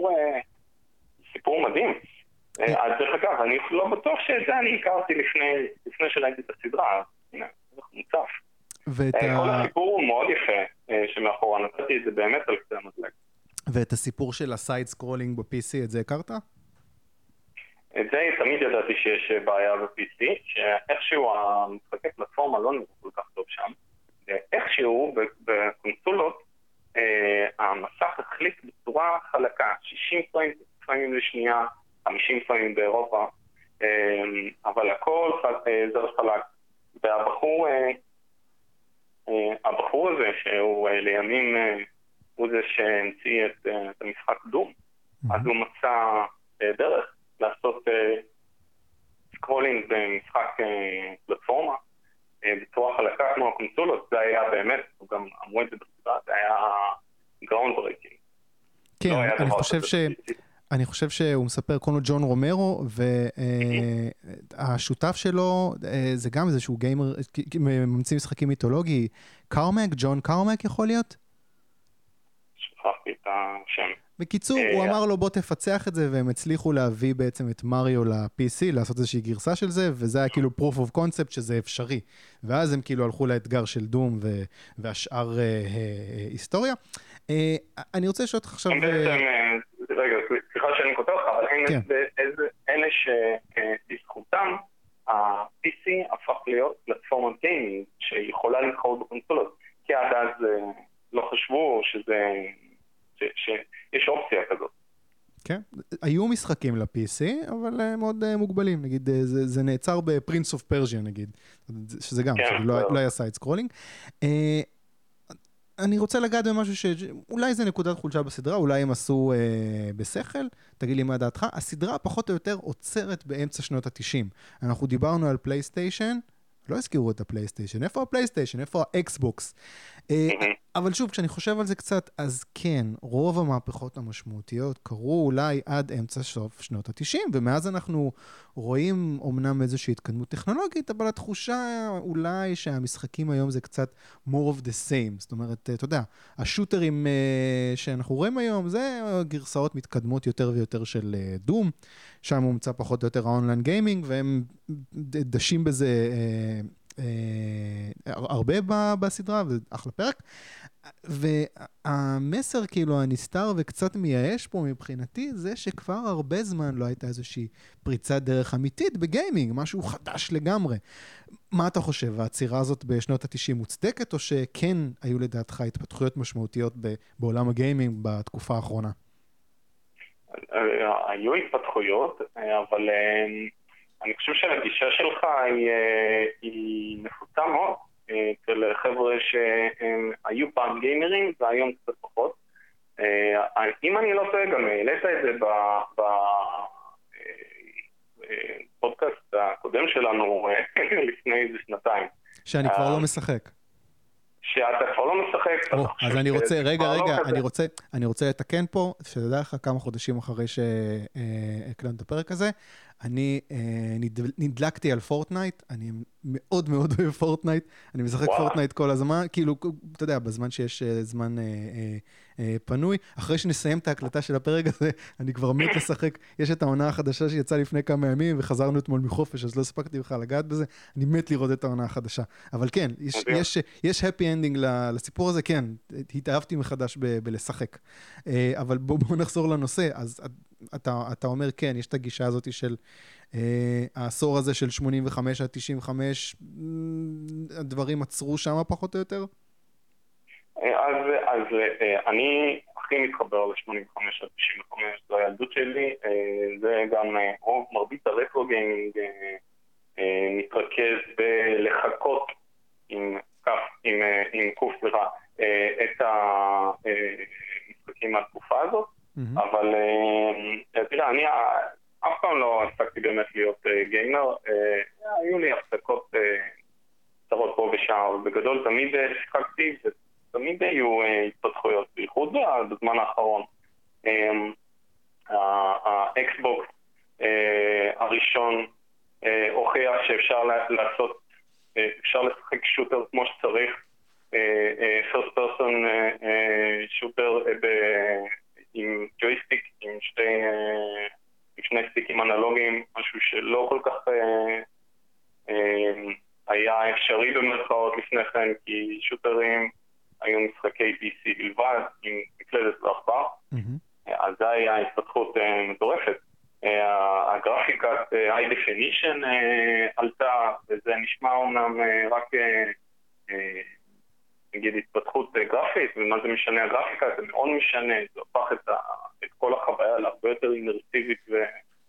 סיפור מדהים. אז דרך אגב, אני לא בטוח שאת אני הכרתי לפני שראיתי את הסדרה, הנה. מוצף. כל הסיפור הוא מאוד יפה שמאחורה, נתתי את זה באמת על קצה המזלג. ואת הסיפור של הסייד סקרולינג ב-פי סי, את זה הכרת? את זה תמיד ידעתי שיש בעיה ב-פי סי, שאיכשהו המשחקי פלטפורמה לא נראה כל כך טוב שם, ואיכשהו בקונסולות המסך החליק בצורה חלקה, שישים פריים לשנייה, חמישים פריים באירופה, אבל הכל זה חלק. והבחור, הבחור הזה שהוא לימים, הוא זה שהמציא את המשחק דום, אז הוא מצא דרך לעשות סקרולינג במשחק פלטפורמה בצורה חלקה כמו הקונסולות. זה היה באמת, הוא גם אמרו את זה בסדרה, זה היה גראונד ברייקינג. כן, אני חושב ש... אני חושב שהוא מספר, קוראים לו ג'ון רומרו, והשותף שלו זה גם איזשהו גיימר, ממציא משחקים מיתולוגי, קארמק, ג'ון קארמק יכול להיות? שכחתי את השם. בקיצור, הוא אמר לו בוא תפצח את זה, והם הצליחו להביא בעצם את מריו ל-פי סי, לעשות איזושהי גרסה של זה, וזה היה כאילו proof of concept שזה אפשרי. ואז הם כאילו הלכו לאתגר של דום והשאר היסטוריה. אני רוצה לשאול אותך עכשיו... רגע, סליחה שאני כותב לך, אבל אלה שבזכותם ה-פי סי הפך להיות פלטפורמת גיימינג שיכולה להתחרות בקונסולות, כי עד אז לא חשבו שזה, שיש אופציה כזאת. כן, היו משחקים ל-פי סי, אבל הם מאוד מוגבלים, נגיד, זה נעצר בפרינס אוף פרז'יה, נגיד, שזה גם, לא היה סייד סקרולינג. אני רוצה לגעת במשהו שאולי זה נקודת חולשה בסדרה, אולי הם עשו אה, בשכל, תגיד לי מה דעתך, הסדרה פחות או יותר עוצרת באמצע שנות ה-תשעים. אנחנו דיברנו על פלייסטיישן, לא הזכירו את הפלייסטיישן, איפה הפלייסטיישן, איפה האקסבוקס? אה, אבל שוב, כשאני חושב על זה קצת, אז כן, רוב המהפכות המשמעותיות קרו אולי עד אמצע סוף שנות ה-תשעים, ומאז אנחנו רואים אומנם איזושהי התקדמות טכנולוגית, אבל התחושה אולי שהמשחקים היום זה קצת more of the same, זאת אומרת, אתה יודע, השוטרים שאנחנו רואים היום, זה גרסאות מתקדמות יותר ויותר של דום, שם מומצא פחות או יותר האונליין גיימינג, והם דשים בזה הרבה בסדרה, ואחלה פרק. והמסר כאילו הנסתר וקצת מייאש פה מבחינתי, זה שכבר הרבה זמן לא הייתה איזושהי פריצת דרך אמיתית בגיימינג, משהו חדש לגמרי. מה אתה חושב? העצירה הזאת בשנות ה-תשעים מוצדקת, או שכן היו לדעתך התפתחויות משמעותיות בעולם הגיימינג בתקופה האחרונה? היו התפתחויות, אבל אני חושב שהגישה שלך היא, היא נפוצה מאוד אצל חבר'ה שהיו פעם גיימרים והיום קצת פחות. אם אני לא טועה, גם העלית את זה בפודקאסט הקודם שלנו לפני איזה שנתיים. שאני כבר לא משחק. שאתה כבר לא משחק. אז אני רוצה, רגע, רגע, אני רוצה, אני רוצה לתקן פה, שתדע לך כמה חודשים אחרי שהקלטנו את הפרק הזה, אני נדלקתי על פורטנייט, אני מאוד מאוד אוהב פורטנייט, אני משחק פורטנייט כל הזמן, כאילו, אתה יודע, בזמן שיש זמן פנוי, אחרי שנסיים את ההקלטה של הפרק הזה, אני כבר מת לשחק, יש את העונה החדשה שיצאה לפני כמה ימים, וחזרנו אתמול מחופש, אז לא הספקתי בכלל לגעת בזה, אני מת לראות את העונה החדשה. אבל כן, יש, יש, יש happy ending לסיפור הזה, כן, התאהבתי מחדש ב- בלשחק. אבל בוא, בוא נחזור לנושא, אז אתה, אתה אומר, כן, יש את הגישה הזאת של העשור הזה של שמונים וחמש עד תשעים וחמש, הדברים עצרו שם פחות או יותר? אז, אז אני הכי מתחבר ל-שמונים וחמש עד תשעים וחמש, זו הילדות שלי, זה גם רוב מרבית הרטרו גיימינג מתרכז בלחכות עם כף, עם, עם קוף סליחה, את המשחקים מהתקופה הזאת, mm-hmm. אבל תראה, אני אף פעם לא הפסקתי באמת להיות גיימר, היו לי הפסקות קצרות פה ושם, ובגדול תמיד שיחקתי, תמיד היו התפתחויות, בייחוד בזמן האחרון. האקסבוקס הראשון הוכיח שאפשר לעשות, אפשר לשחק שוטר כמו שצריך, first person שוטר עם ג'ויסטיק, עם שתי, עם שני סטיקים אנלוגיים, משהו שלא כל כך היה אפשרי במרכאות לפני כן, כי שוטרים היו משחקי פי סי בלבד, עם מקלדת ועכבר, אז זה היה התפתחות מטורפת. הגרפיקת high definition עלתה, וזה נשמע אומנם רק נגיד התפתחות גרפית, ומה זה משנה הגרפיקה, זה מאוד משנה, זה הופך את, ה, את כל החוויה להרבה יותר אינרסיבית ו,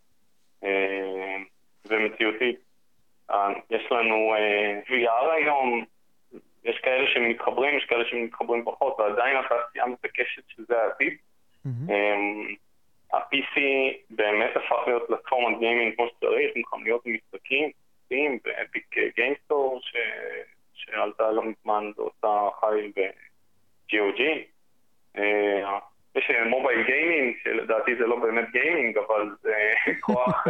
ומציאותית. יש לנו וי אר היום, יש כאלה שמתחברים, יש כאלה שמתחברים פחות, ועדיין התעשייה מתעקשת שזה העתיד. Mm-hmm. ה-פי סי באמת הפך להיות פלטפורמת גיימינג כמו שצריך, עם חנויות משחקים, באפיק גיימסטור, ש... שעלתה לא מזמן ועושה חי ב-ג'י או ג'י. יש מובייל גיימינג, שלדעתי זה לא באמת גיימינג, אבל זה כוח,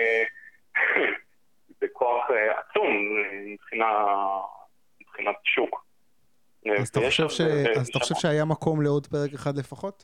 זה כוח עצום מבחינת שוק. אז אתה חושב ש... אז אתה חושב שהיה מקום לעוד פרק אחד לפחות?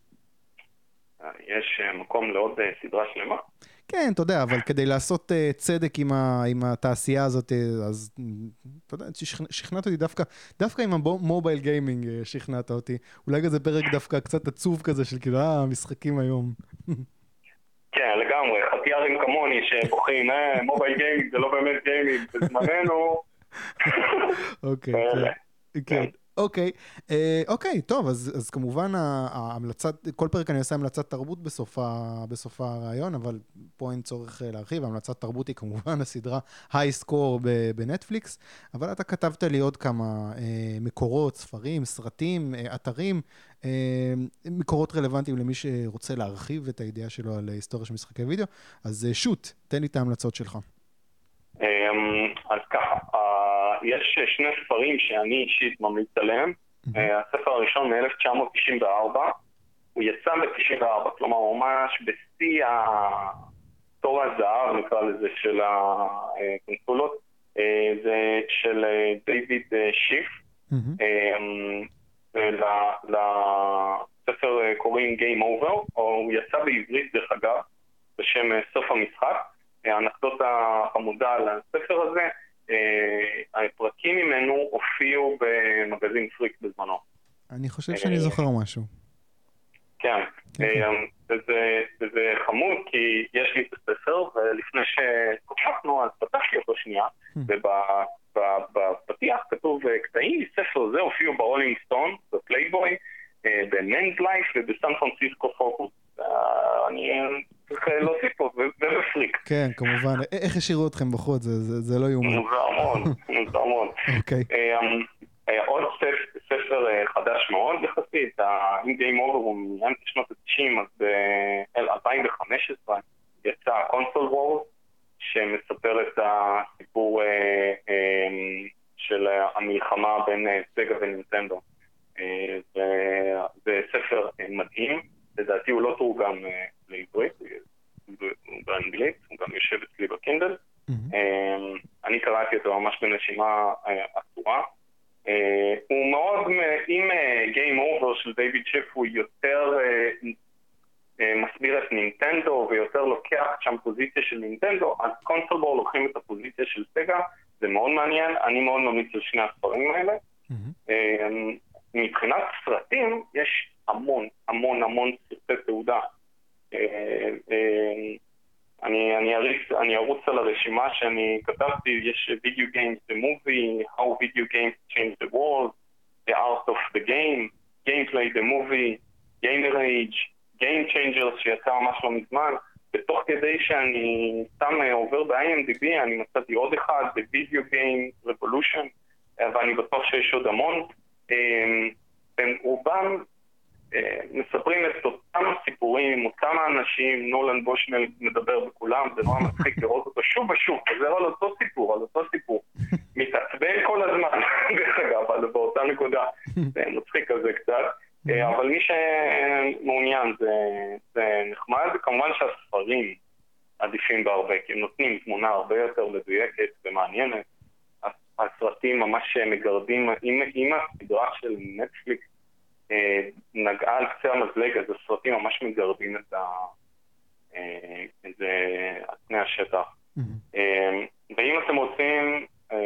יש מקום לעוד סדרה שלמה. כן, אתה יודע, אבל כדי לעשות uh, צדק עם, ה, עם התעשייה הזאת, אז אתה יודע, שכנעת אותי דווקא, דווקא עם המובייל גיימינג שכנעת אותי. אולי זה פרק דווקא קצת עצוב כזה של כאילו, אה, משחקים היום. כן, לגמרי, חתיארים כמוני שבוכים, אה, מובייל גיימינג זה לא באמת גיימינג, בזמננו. אוקיי, כן. אוקיי, אוקיי, טוב, אז, אז כמובן ההמלצת, כל פרק אני עושה המלצת תרבות בסוף, בסוף הרעיון, אבל פה אין צורך להרחיב, המלצת תרבות היא כמובן הסדרה היי סקור בנטפליקס, אבל אתה כתבת לי עוד כמה אה, מקורות, ספרים, סרטים, אה, אתרים, אה, מקורות רלוונטיים למי שרוצה להרחיב את הידיעה שלו על היסטוריה של משחקי וידאו, אז אה, שוט, תן לי את ההמלצות שלך. אז ככה, יש שני ספרים שאני אישית ממליץ עליהם. הספר הראשון מ-אלף תשע מאות תשעים וארבע, הוא יצא ב-תשעים וארבע, כלומר ממש בשיא תור הזהב, נקרא לזה, של הקונסולות, זה של דיוויד שיף. לספר קוראים Game Over, או הוא יצא בעברית דרך אגב, בשם סוף המשחק. האנקדוטה חמודה על הספר הזה, הפרקים ממנו הופיעו במגזין פריק בזמנו. אני חושב שאני זוכר משהו. כן, וזה חמוד כי יש לי את הספר, ולפני שכופפנו אז פתחתי אותו שנייה, ובפתיח כתוב קטעים מספר זה הופיעו ברולינג סטון, בפלייבוי, במנס לייף ובסן פרנסיסקו פוקוס. אני צריך להוסיף פה, ובפריק. כן, כמובן. איך השאירו אתכם בחוץ? זה לא יאומן. מוזר מאוד, מוזר מאוד. אוקיי. עוד ספר חדש מאוד יחסית, ה-Game Over הוא מאמצע שנות ה-תשעים, אז ב-אלפיים וחמש עשרה יצא Console Wars, שמספר את הסיפור של המלחמה בין סגה ונינטנדו. זה ספר מדהים, לדעתי הוא לא תורגם לעברית, הוא באנגלית, הוא גם יושב אצלי בקינדל. אני קראתי אותו ממש בנשימה עצורה. הוא מאוד, עם Game Over של דיוויד שיף, הוא יותר מסביר את נינטנדו ויותר לוקח שם פוזיציה של נינטנדו, אז קונסול בור לוקחים את הפוזיציה של סגה, זה מאוד מעניין, אני מאוד ממליץ על שני הספרים האלה. מבחינת סרטים, יש המון, המון, המון סרטי תעודה. אני, אני, אריץ, אני ארוץ על הרשימה שאני כתבתי, יש Video Games the Movie, How Video Games Change the World, The Art of the Game, Gameplay the Movie, Gamer Age, Game Changers שיצא ממש לא מזמן, ותוך כדי שאני סתם עובר ב-איי אם די בי, אני מצאתי עוד אחד, The Video Game Revolution, ואני בטוח שיש עוד המון. הם רובם מספרים את אותם הסיפורים, אותם האנשים, נולן בושמל מדבר בכולם, זה נורא מצחיק לראות אותו שוב ושוב, חוזר על אותו סיפור, על אותו סיפור, מתעצבן כל הזמן, דרך אגב, אבל באותה נקודה, זה מצחיק כזה קצת, אבל מי שמעוניין זה, זה נחמד, כמובן שהספרים עדיפים בהרבה, כי הם נותנים תמונה הרבה יותר מדויקת ומעניינת, הסרטים ממש מגרדים, עם, עם הסדרה של נטפליקס, נגעה על קצה המזלג, אז הסרטים ממש מגרדים את ה... את זה, על פני השטח. ואם אתם רוצים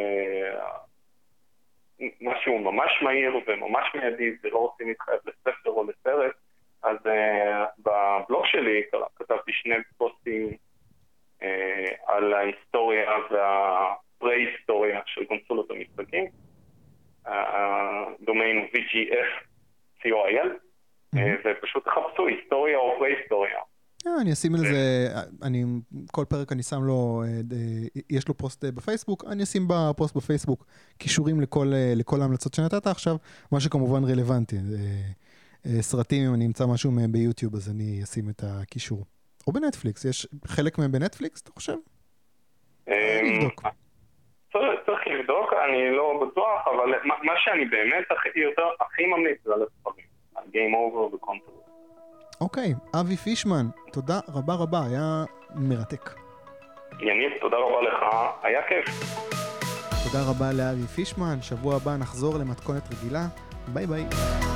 משהו ממש מהיר וממש מיידי, ולא רוצים להתחייב לספר או לסרט, אז בבלוג שלי כתבתי שני פוסטים על ההיסטוריה והפרה-היסטוריה של קונסולות המשחקים. הדומיין הוא וי ג'י אף סי או איי אל, ופשוט תחפשו היסטוריה או פרה-היסטוריה. אני אשים לזה, אני, כל פרק אני שם לו, יש לו פוסט בפייסבוק, אני אשים בפוסט בפייסבוק קישורים לכל, לכל ההמלצות שנתת עכשיו, מה שכמובן רלוונטי. סרטים, אם אני אמצא משהו מהם ביוטיוב, אז אני אשים את הקישור. או בנטפליקס, יש חלק מהם בנטפליקס, אתה חושב? לבדוק. צריך לבדוק, אני לא בטוח, אבל מה שאני באמת הכי ממליץ זה על הספרים, על Game Over וקונטרול. אוקיי, אבי פישמן, תודה רבה רבה, היה מרתק. יניב, תודה רבה לך, היה כיף. תודה רבה לאבי פישמן, שבוע הבא נחזור למתכונת רגילה, ביי ביי.